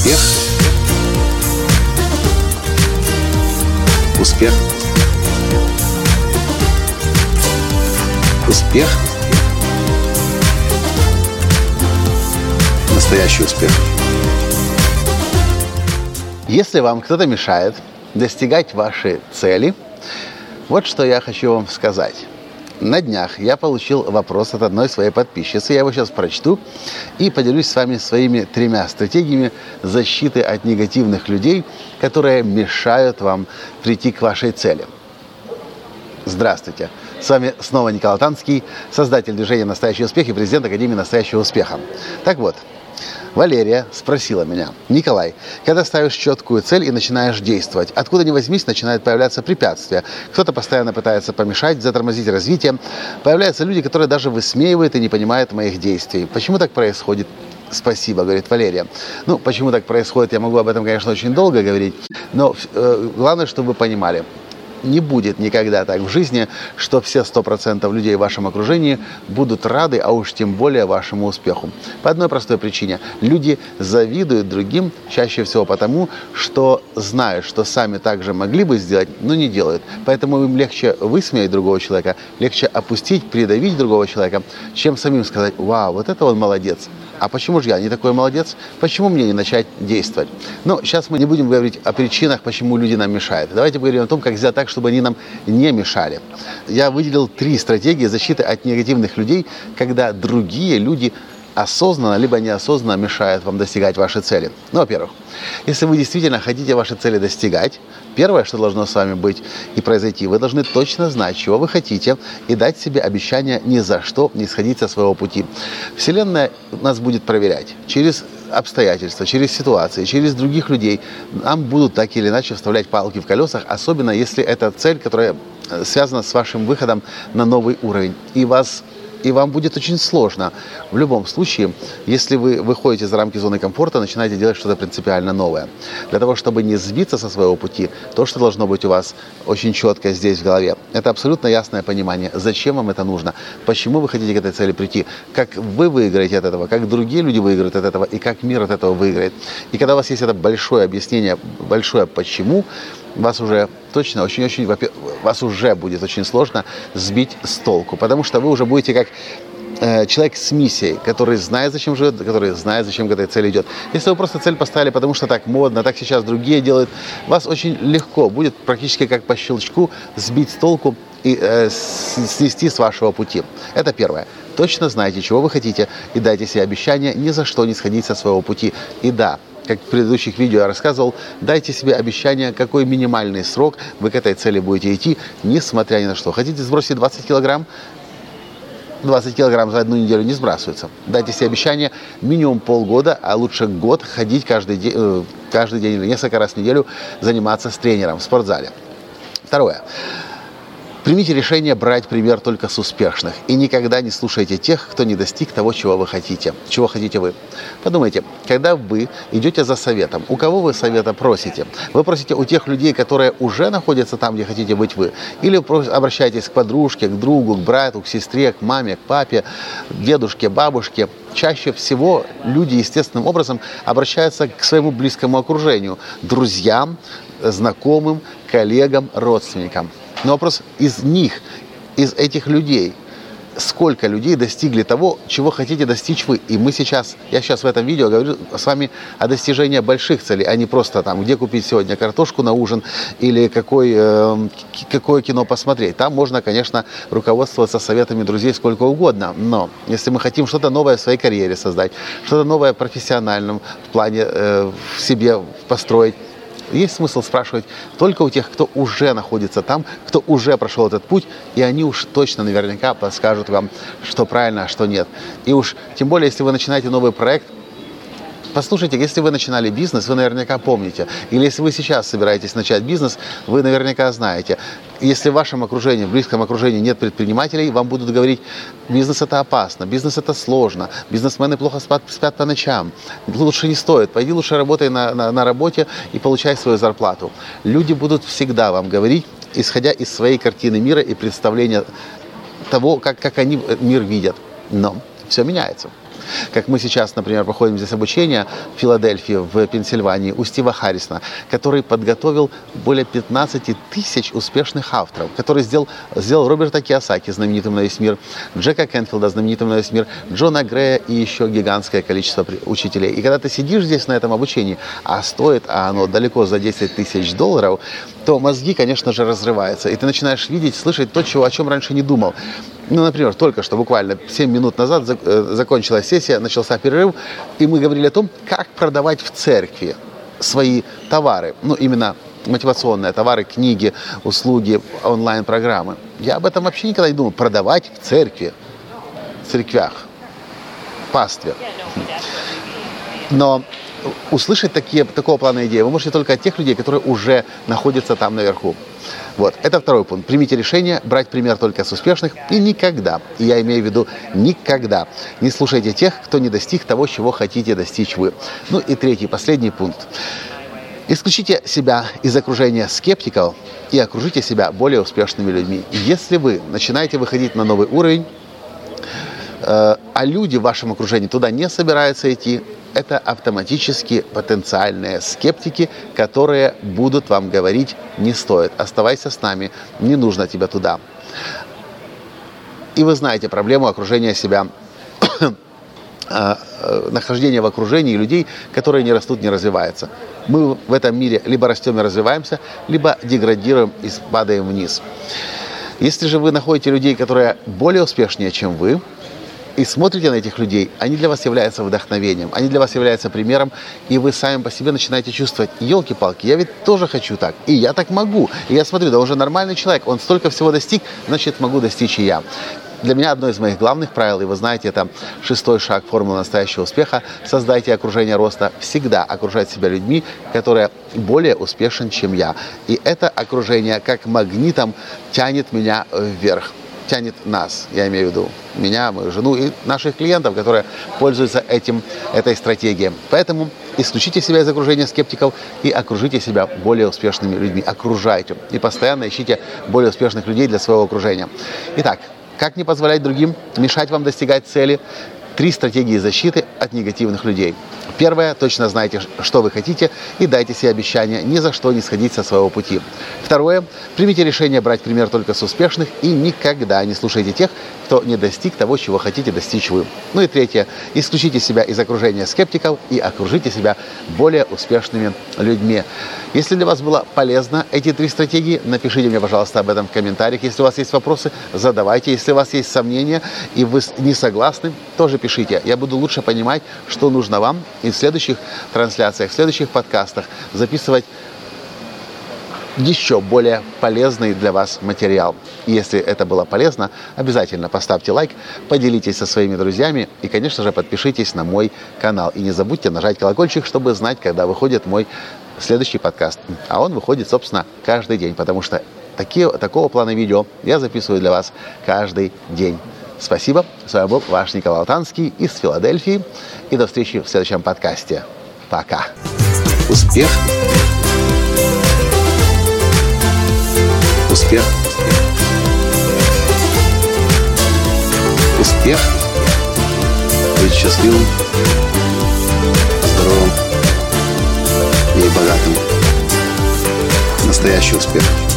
Успех. Успех. Успех. Настоящий успех. Если вам кто-то мешает достигать ваши цели, вот что я хочу вам сказать. На днях я получил вопрос от одной своей подписчицы. Я его сейчас прочту и поделюсь с вами своими 3 стратегиями защиты от негативных людей, которые мешают вам прийти к вашей цели. Здравствуйте! С вами снова Николай Танский, создатель движения «Настоящий успех» и президент Академии «Настоящего успеха». Так вот, Валерия спросила меня: Николай, когда ставишь четкую цель и начинаешь действовать, откуда ни возьмись, начинают появляться препятствия. Кто-то постоянно пытается помешать, затормозить развитие. Появляются люди, которые даже высмеивают и не понимают моих действий. Почему так происходит? Спасибо, говорит Валерия. Почему так происходит, я могу об этом, конечно, очень долго говорить, но главное, чтобы вы понимали. Не будет никогда так в жизни, что все 100% людей в вашем окружении будут рады, а уж тем более вашему успеху. По одной простой причине. Люди завидуют другим чаще всего потому, что знают, что сами также могли бы сделать, но не делают. Поэтому им легче высмеять другого человека, легче опустить, придавить другого человека, чем самим сказать: «Вау, вот это он молодец». А почему же я не такой молодец? Почему мне не начать действовать? Сейчас мы не будем говорить о причинах, почему люди нам мешают. Давайте поговорим о том, как сделать так, чтобы они нам не мешали. Я выделил 3 стратегии защиты от негативных людей, когда другие люди осознанно либо неосознанно мешают вам достигать вашей цели. Во-первых, если вы действительно хотите ваши цели достигать, первое, что должно с вами быть и произойти, вы должны точно знать, чего вы хотите, и дать себе обещание ни за что не сходить со своего пути. Вселенная нас будет проверять через обстоятельства, через ситуации, через других людей. Нам будут так или иначе вставлять палки в колесах, особенно если это цель, которая связана с вашим выходом на новый уровень. И вам будет очень сложно. В любом случае, если вы выходите за рамки зоны комфорта, начинаете делать что-то принципиально новое. Для того, чтобы не сбиться со своего пути, то, что должно быть у вас очень четко здесь в голове, это абсолютно ясное понимание, зачем вам это нужно, почему вы хотите к этой цели прийти, как вы выиграете от этого, как другие люди выиграют от этого и как мир от этого выиграет. И когда у вас есть это большое объяснение, большое почему, вас уже точно вас уже будет очень сложно сбить с толку, потому что вы уже будете как человек с миссией, который знает, зачем живет, который знает, зачем к этой цели идет. Если вы просто цель поставили, потому что так модно, так сейчас другие делают, вас очень легко будет практически как по щелчку сбить с толку и снести с вашего пути. Это первое. Точно знайте, чего вы хотите, и дайте себе обещание ни за что не сходить со своего пути. И да, как в предыдущих видео я рассказывал, дайте себе обещание, какой минимальный срок вы к этой цели будете идти, несмотря ни на что. Хотите сбросить 20 килограмм? 20 килограмм за одну неделю не сбрасываются. Дайте себе обещание минимум полгода, а лучше год ходить каждый день или несколько раз в неделю заниматься с тренером в спортзале. Второе. Примите решение брать пример только с успешных. И никогда не слушайте тех, кто не достиг того, чего вы хотите. Чего хотите вы. Подумайте, когда вы идете за советом, у кого вы совета просите? Вы просите у тех людей, которые уже находятся там, где хотите быть вы? Или обращаетесь к подружке, к другу, к брату, к сестре, к маме, к папе, к дедушке, бабушке? Чаще всего люди естественным образом обращаются к своему близкому окружению, друзьям, знакомым, коллегам, родственникам. Но вопрос из этих людей, сколько людей достигли того, чего хотите достичь вы. И я сейчас в этом видео говорю с вами о достижении больших целей, а не просто где купить сегодня картошку на ужин или какое кино посмотреть. Там можно, конечно, руководствоваться советами друзей сколько угодно, но если мы хотим что-то новое в своей карьере создать, что-то новое в профессиональном плане в себе построить, есть смысл спрашивать только у тех, кто уже находится там, кто уже прошел этот путь, и они уж точно наверняка подскажут вам, что правильно, а что нет. И уж тем более, если вы начинаете новый проект, послушайте, если вы начинали бизнес, вы наверняка помните. Или если вы сейчас собираетесь начать бизнес, вы наверняка знаете. Если в вашем окружении, в близком окружении нет предпринимателей, вам будут говорить: бизнес это опасно, бизнес это сложно, бизнесмены плохо спят по ночам, лучше не стоит, пойди лучше работай на работе и получай свою зарплату. Люди будут всегда вам говорить, исходя из своей картины мира и представления того, как они мир видят. Но все меняется. Как мы сейчас, например, проходим здесь обучение в Филадельфии, в Пенсильвании, у Стива Харрисона, который подготовил более 15 тысяч успешных авторов, который сделал Роберта Кийосаки, знаменитым на весь мир, Джека Кенфилда, знаменитым на весь мир, Джона Грея и еще гигантское количество учителей. И когда ты сидишь здесь на этом обучении, а стоит оно далеко за 10 тысяч долларов, то мозги, конечно же, разрываются. И ты начинаешь видеть, слышать то, о чем раньше не думал. Ну, например, только что, буквально 7 минут назад закончилась сессия, начался перерыв, и мы говорили о том, как продавать в церкви свои товары. Ну, именно мотивационные товары, книги, услуги, онлайн-программы. Я об этом вообще никогда не думал. Продавать в церкви, в церквях, пастве. Но услышать такого плана идеи вы можете только от тех людей, которые уже находятся там наверху. Вот, это второй пункт. Примите решение брать пример только с успешных и никогда, и я имею в виду никогда, не слушайте тех, кто не достиг того, чего хотите достичь вы. Ну и третий, последний пункт. Исключите себя из окружения скептиков и окружите себя более успешными людьми. Если вы начинаете выходить на новый уровень, а люди в вашем окружении туда не собираются идти, это автоматически потенциальные скептики, которые будут вам говорить: не стоит, оставайся с нами, не нужно тебе туда. И вы знаете проблему окружения себя, нахождения в окружении людей, которые не растут, не развиваются. Мы в этом мире либо растем и развиваемся, либо деградируем и падаем вниз. Если же вы находите людей, которые более успешнее, чем вы, и смотрите на этих людей, они для вас являются вдохновением, они для вас являются примером, и вы сами по себе начинаете чувствовать: елки-палки, я ведь тоже хочу так, и я так могу. И я смотрю, да он же нормальный человек, он столько всего достиг, значит, могу достичь и я. Для меня одно из моих главных правил, и вы знаете, это 6-й шаг формулы настоящего успеха: создайте окружение роста, всегда окружать себя людьми, которые более успешны, чем я. И это окружение как магнитом тянет меня вверх. Тянет нас, я имею в виду меня, мою жену и наших клиентов, которые пользуются этой стратегией. Поэтому исключите себя из окружения скептиков и окружите себя более успешными людьми. Окружайте и постоянно ищите более успешных людей для своего окружения. Итак, как не позволять другим мешать вам достигать цели? 3 стратегии защиты от негативных людей. Первое, точно знайте, что вы хотите, и дайте себе обещание ни за что не сходить со своего пути. Второе, примите решение брать пример только с успешных и никогда не слушайте тех, кто не достиг того, чего хотите достичь вы. Ну и третье, исключите себя из окружения скептиков и окружите себя более успешными людьми. Если для вас было полезно эти 3 стратегии, напишите мне, пожалуйста, об этом в комментариях. Если у вас есть вопросы, задавайте. Если у вас есть сомнения и вы не согласны, тоже пишите. Я буду лучше понимать, что нужно вам, и в следующих трансляциях, в следующих подкастах записывать еще более полезный для вас материал. И если это было полезно, обязательно поставьте лайк, поделитесь со своими друзьями и, конечно же, подпишитесь на мой канал. И не забудьте нажать колокольчик, чтобы знать, когда выходит мой следующий подкаст. А он выходит, собственно, каждый день, потому что такого плана видео я записываю для вас каждый день. Спасибо. С вами был ваш Николай Алтанский из Филадельфии. И до встречи в следующем подкасте. Пока. Успех. Успех. Успех. Быть счастливым, здоровым и богатым. Настоящий успех.